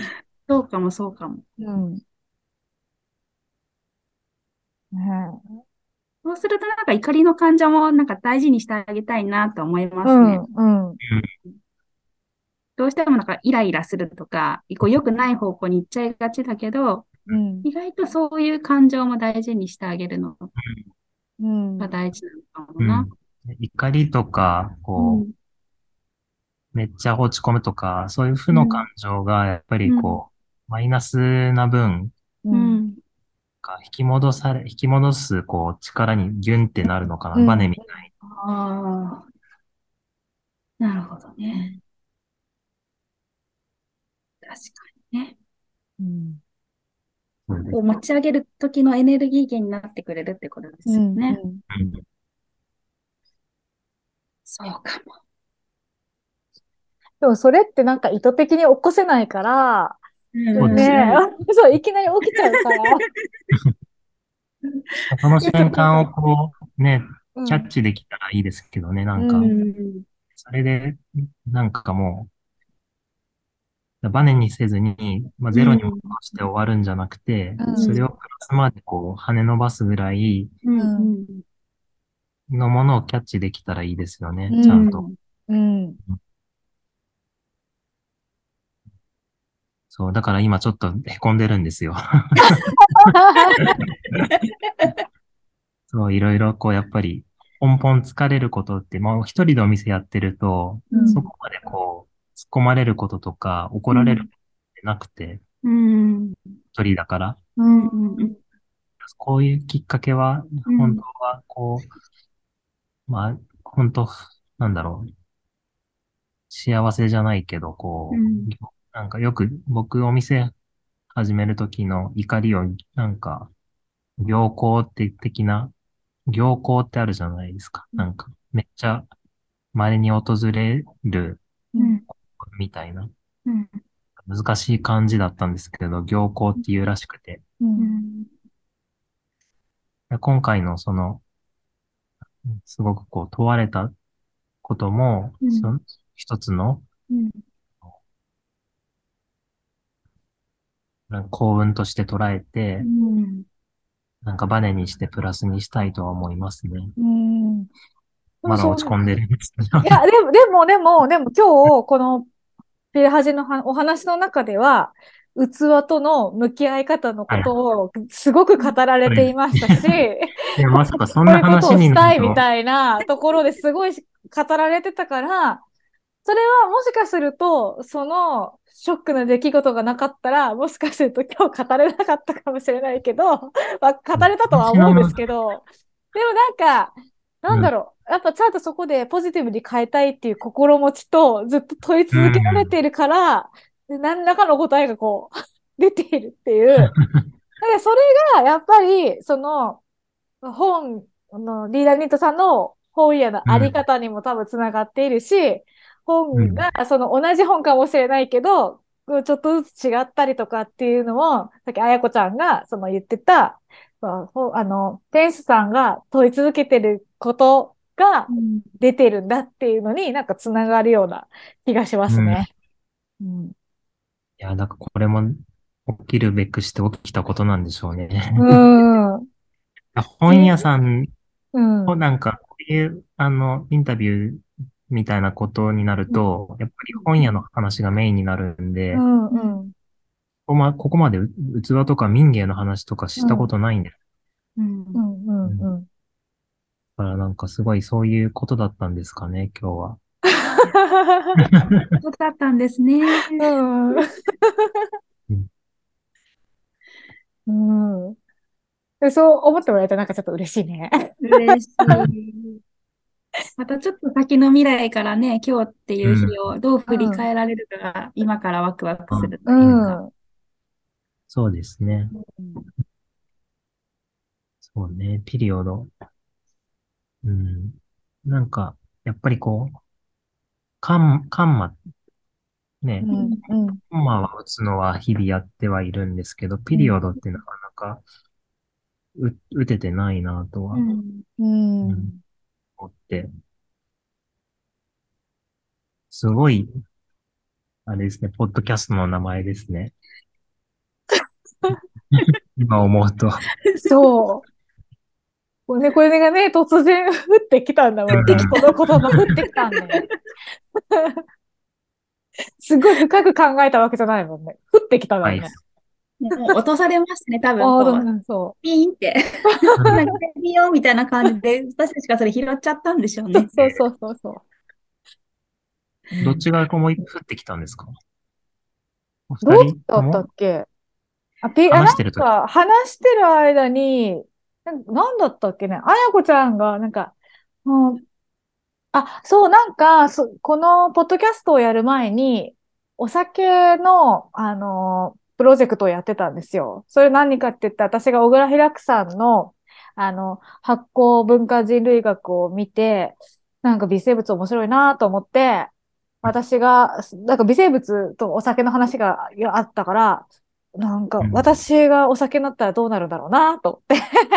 そうかも、そうかも。 うん。ねそうすると、なんか怒りの感情もなんか大事にしてあげたいなと思いうますね。 ん、うん。 どうしてもなんかイライラするとか、こう良くない方向に行っちゃいがちだけど、 うん。 意外とそういう感情も大事にしてあげるのうん。 が大事なのかもな。 うん。怒りとか、 うん。 めっちゃ落ち込むとか、そういう負の感うん。 情が、やっぱりうん。 マイナスな分、 うん。 うん。 引き戻す、力にギュンってなるのかな、バネうん。 みたいああ、なるほどね。確かにね。 うん。 なので。 こう持ち上げる時のエネルギー源になってくれるってことでうん。うすよね。 ん。 うん。 そうかも。 でもそれってなんか意図的に起こせないから、 うんそうですね。 ねえ、 うんそう、いきなり起きちゃうから。 その瞬間をうん。 キャッチできたらいいですけどね、なうんか、 ん。 それで、なんかもバネにせずに、 うゼロに戻ん。 して終わるんじゃなくて、 うん。 それをプラスまで跳ね伸ばすぐらいうん。ううん。 ん。 のものをキャッチできたらいいですよね、ちゃんと。 うん。 うん。 そう、だから今ちょっと凹んでるんですよ。そう、いろいろやっぱり、ポンポン疲れることって、一人でお店やってると、 うん。 そこまで突っ込まれることとか、怒られることってなくて、 うん。 一人だから。 ううん。 ん。 うん。 こういうきっかけは、本当うん。 は、本当、なんだろう、幸せじゃないけど、なんかよく僕お店始めるときの怒りを、なんか、行幸って的な、行幸ってあるじゃないですか。なんか、めっちゃ稀に訪れるうん。 うん。 みたいな、 うん。 難しい漢字だったんですけど、行幸っていうらしくて、 うん。 うん。 今回のすごく問われたことも、 うん。 一つのうん。 なんか幸運として捉えて、 うん。 なんかバネにしてプラスにしたいとは思いますね。 うん。でもまだ落ち込んでるんですけど。 いや、でも今日、このピレハジのお話の中では、器との向き合い方のはい。 ことをすごく語られこれ、 ていましたし、 いや、まさかそんなこういうことを話にしたいみなると、 たいなところですごい語られてたから、それはもしかすると、そのショックな出来事がなかったら、もしかすると今日語れなかったかもしれないけど、語れたとは話のな、 思うんですけど、でもなんか、なうん、 んだろう。やっぱちゃんとそこでポジティブに変えたいっていう心持ちとずっと問いう続けられてん、 いるから、何らかの答えが出ているっていう。だからそれがやっぱり、その本のリーダーニットさんの本屋のありうん、 方にも多分つながっているし、本うん、 がその同じ本かもしれないけど、ちょっとずつ違ったりとかっていうのも、さっきあやこちゃんがその言ってた、 店主さんが問い続けてることが出てるんだっていうのになんかつながるような気がしまうん。いすね。うん。 や、なんかこれも起きるべくして起きたことなんでしょううね。 ん。 本屋さんうん。 なんか、こういう、インタビューみたいなことになるうん。 と、やっぱり本屋の話がメインになるんで、 うん。うん。 ここまで器とか民芸の話とかしたこうん。 とないんで。 うん。 うん。うん。 うん。だうん。 からなんかすごいそういうことだったんですかね、今日は。 そうだったんですね。 うん。 うん。 うん。でそう思ってもらえたらなんかちょっと嬉しいね。 嬉しい。またちょっと先の未来からね、今日っていう日をどうう振りん。 返られるかが今からワクワクするうというか。 ん。 そうですね。 うん。 そうね、ピリオド。うん。なんか、やっぱりこう、カンマ、ね、 うん。うん。 コンマは打つのは日々やってはいるんですけど、ピリうん。 オドってなかなか打ててないなとは、 うん。 ううん、 ん。 思って、すごい、あれですね、ポッドキャストの名前ですね。今思うと。 そう。これがね、突然降ってきたんだもんね。 うん。 この言葉降ってきたんだよ。すごい深く考えたわけじゃないもんね。降ってきたんだはい。 もんね。 もう落とされましたね、多分ああ、 こう、 そピーンって、 うん。 なんかピヨーみたいな感じで、私たちがそれ拾っちゃったんでしょうう。 ね。 そうそうそうそう。うん。 どっちがこう降ってきたんですか？おどう二人だったっともけ？なん話してるとき。 か、話してる間に、なんだったっけね。あやこちゃんが、うん、そう、このポッドキャストをやる前に、お酒の、プロジェクトをやってたんですよ。それ何かって言ったら、私が小倉平久さんの、発酵文化人類学を見て、なんか微生物面白いなと思って、私が、なんか微生物とお酒の話があったから、なんかうん。 私がお酒になったらどうなるんだろうなと思って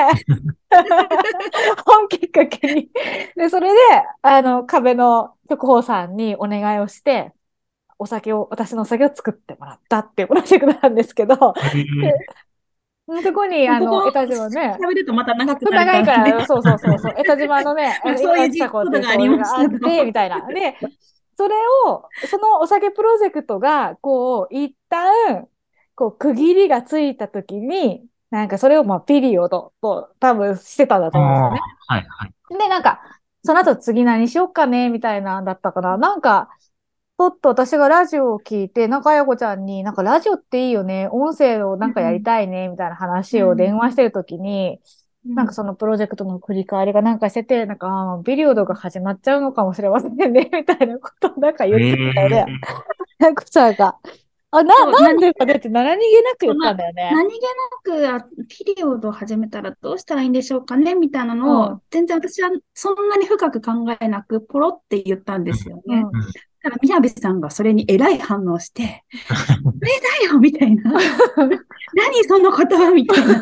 本きっかけに。で、それで、壁の特報さんにお願いをして、私のお酒を作ってもらったっていうプロジェクトなんですけど、 えー、 でそこに、 もうここ、 江田島ね、 喋るとまた長くなる長からね。 いから、そうそうそうそう、江田島のね、 まあ、そういう今ちさ子っていうことがありそういうのがあましたと。 って、みたいな。で、そのお酒プロジェクトが、こう、一旦、こう、区切りがついたときに、なんかそれをまあ、ピリオドと多分してたんだとああ、 思うんですよね。 はい、はい。 で、なんか、その後次何しよっかね、みたいなんだったかな。なんか、ちょっと私がラジオを聞いて、やこちゃんに、なんかラジオっていいよね、音声をなんかやりうん。 たいね、みたいなう話を電話しん。 てるときに、 うん。 なんかそのプロジェクトの繰り返りがなんかしてて、なんか、ビリオドが始まっちゃうのかもしれませんね、みたいなことをなんか言ってたよね。 ええ、 こちゃんが。 そう、 なんでかねって何気なく言ったんそんな、 だよね。 何気なくピリオドを始めたらどうしたらいいんでしょうかねみたいなうのを、 ん、 全然私はそんなに深く考えなく、ポロって言ったんでうん、 すよね。 うん。 うん。 ただ、みやびさんがそれにえらい反応して、これだよみたいな。何その言葉みたいな。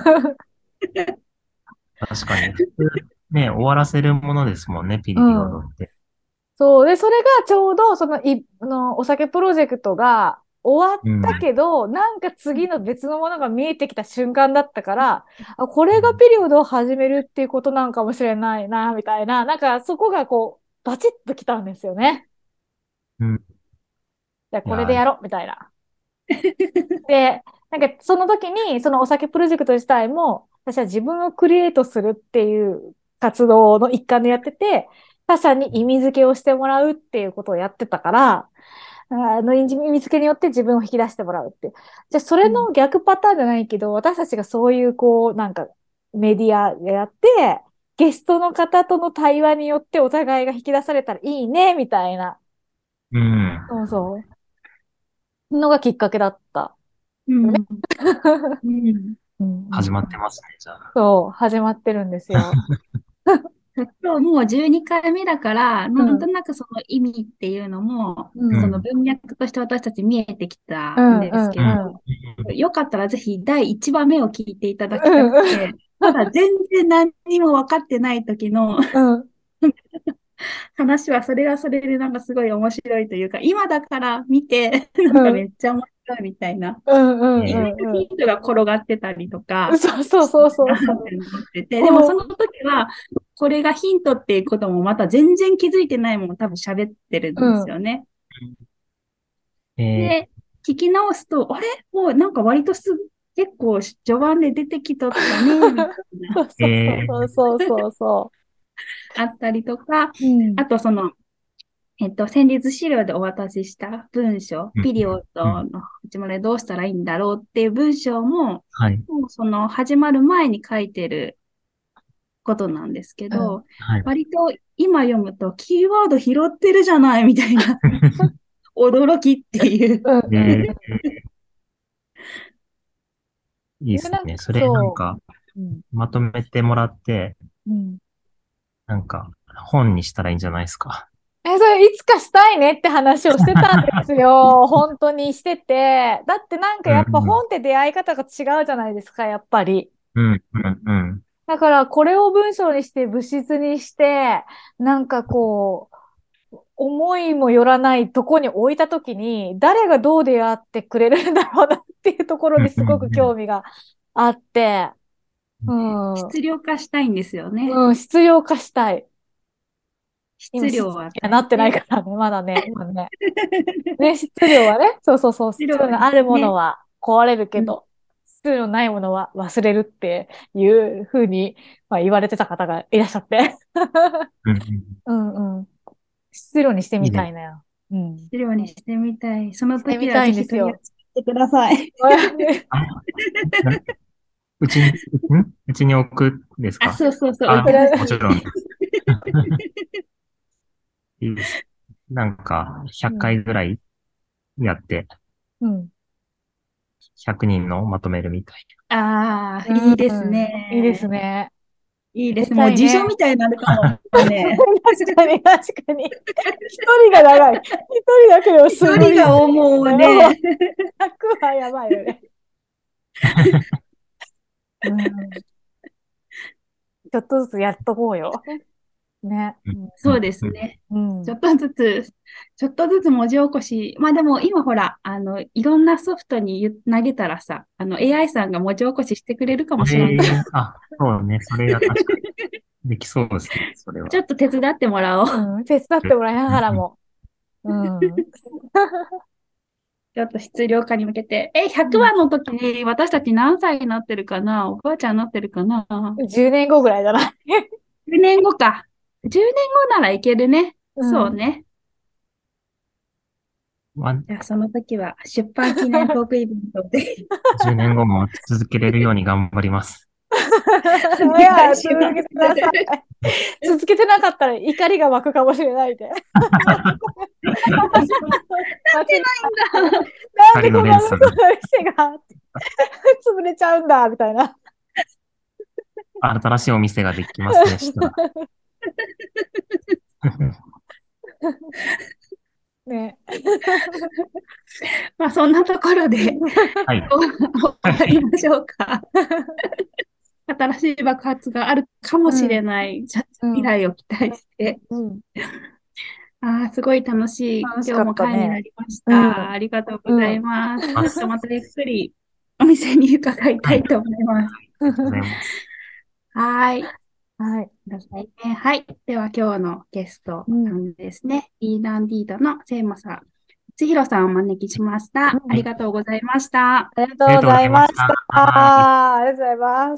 確かに、普通、ね、終わらせるものですもんね、ピうリオドん。 って。 そう。で、それがちょうど、お酒プロジェクトが終わっうん。 たけど、なんか次の別のものが見えてきた瞬間だったから、これがうん。 ピリオドを始めるっていうことなんかもしれないな、みたいな。なんかそこがこう、バチッときたんですよね。 うん。 じゃあいや、 これでやろう、みたいな。で、なんかその時に、そのお酒プロジェクト自体も、私は自分をクリエイトするっていう活動の一環でやってて、他者に意味付けをしてもらうっていうことをやってたから、意味付けによって自分を引き出してもらうっていう。じゃあ、それうん。 の逆パターンじゃないけど、私たちがそういう、こう、なんか、メディアでやって、ゲストの方との対話によってお互いが引き出されたらいいね、みたいな。 うん。 そうそう。のがきっかけだったよね。 うん。うん。 うんうん。 始まってますね、じゃあ。 そう、始まってるんですよ。 今日もう12回目だから、 うん、 なんとなくその意味っていうのも、 うん、 そのうん。 文脈として私たち見えてきたんうん、うん、 ですけど、 うん。 うん。 よかったらぜひ第1話目を聞いていただきたくうん、 て、 まだ全然何にも分かってない時のうん。 話は、それはそれでなんかすごい面白いというか、今だから見て、なんかうん。 めっちゃ面白いみたいな。 うんうんえうんうヒントが転がってたりとん。 か、 そうそうしてそうそうるなってそ思ってて、でもう。 その時は、これがヒントっていうこともまた全然気づいてないもん多分喋ってるんですうん。 よね。 えで、聞き直すと、あれもうなんか割と結構序盤で出てきとったね、みたいな、 そうそうそうそうそうそあったりとか、 う。うん。 あと先日資料でお渡しした文章、 うんピリオうん。 ドの始まりどうしたらいいんだろうっていう文章も、 はい。 もうその始まる前に書いてることなんですけうん。 ど、 はい。 割と今読むとキーワード拾ってるじゃないみたいな驚きっていう。 うんうん。 えいいでで、 すね。それなんそか、 う。うん。 まとめてもらって、 うん。 なんか、本にしたらいいんじゃないですか。 それいつかしたいねって話をしてたんですよ。本当にしてて。だってなんかうんやっぱうん。 本って出会い方が違うじゃないですか、やっぱり。 うん、うん、うん。 だからこれを文章にして物質にして、なんかこう、思いもよらないとこに置いたときに、誰がどう出会ってくれるんだろうなっていうところうん、うん、 にすごく興味があって、 うん。 うん、 質量化したいんですよね。 うん、必要化したい。今、 質量を与なってないえて、 からね、まだね、今ね。ね、質量はね、そうそうそう、質質量量のあるものね。 は壊れるうん、 けど、質量のないものは忘れるっていうふうに、まあ、言われてた方がいらっしゃって。 うん、うん。 うんうん。質量にしてみいいね。 たいなよ。うん。 質量にしてみたい。その時はしてみたいぜひ取りんですよ。 扱ってください。 ねあ、なうちに、うちに置くんですあ、 か？ そうそうそう、置いあ、 てほしい。 もちろんです。いいです。なんか、100 うん。 回ぐらいやって、 うん。 100人のをまとめるみたいああ、 ういいですん。いいですね。 ね。やりいいです。もうたいね。 辞書みたいになるかもね。 確かに、確かに。一人が長い。一人だけでも一すごいよ人が思うね。 ね。 100はやばいよね。うん。ちょっとずつやっとこうよ。ね。 うん、うん、 そうですうん。 ね。 うん。うん。 ちょっとずつ、ちょっとずつ文字起こし。まあでも今ほら、いろんなソフトに投げたらさ、AI さんが文字起こししてくれるかもしらんから、 あ、そうね。それは確かにできそうですね。それは。 ちょっと手伝ってもらおう。 うん。手伝っうん、 てもらいなうん、うん。 がらも。うん。 ちょっと質量化に向けて。100 うん。 話の時に私たち何歳になってるかな？おばあちゃんになってるかな？ 10年後ぐらいじゃない？ 10 年後か。10年後ならいけるね。 うん。 そうね。 まあ、 じゃあその時は出版記念トークイベントで 10年後も続けれるように頑張ります。 おいや、 願いします。 続けてください。続けてなかったら怒りが湧くかもしれないで。間違って、なんで光のこんなこ連鎖が、 の店が潰れちゃうんだ、みたいな。 新しいお店ができますね、したら。 ね。 まあそんなところではい。 終わりましょうか。新しい爆発があるかもしれうん。 ない。 うん。 未来を期待して。 うん。 ああ、すごい楽しい。 楽しか今日も会になったね。 りましうん。 た。ありがとうございうん。 ます。ちょっとます。 またゆっくりお店に伺いはい。ありたいと思います。 がとうございます。 はい。 はい。 くださいね。はい。では今日のゲストうん。 なんですね。リーダンディードの聖馬さん、千尋さんをお招きしました。あうん。 りはい。 がとうございました。 ありがとありがとうごうございざいました。 ました。 はい。 ありがとうございます。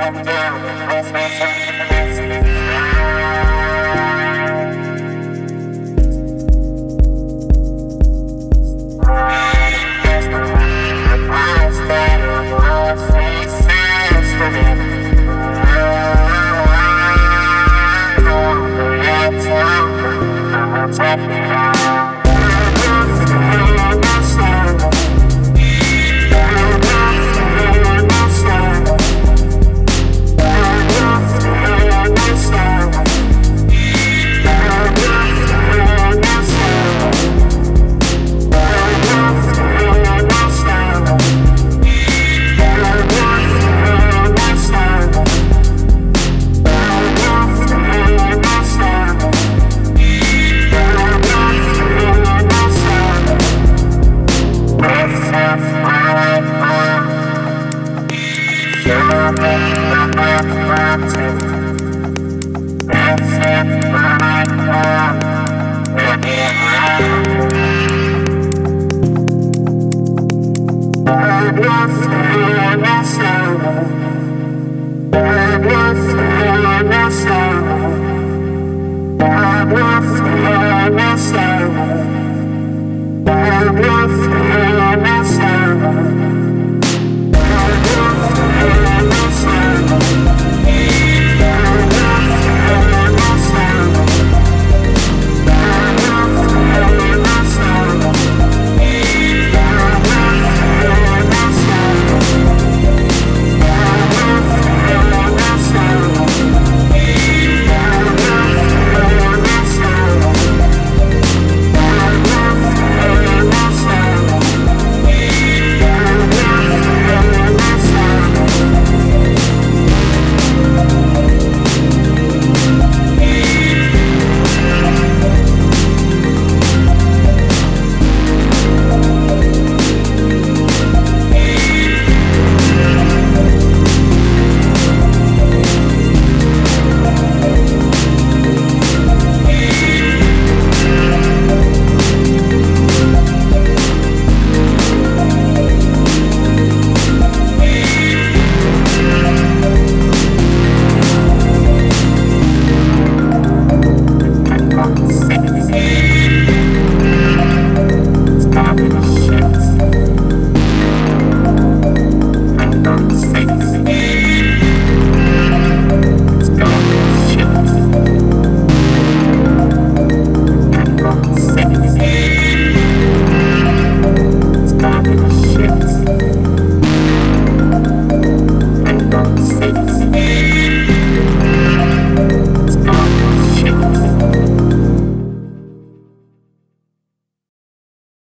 I'm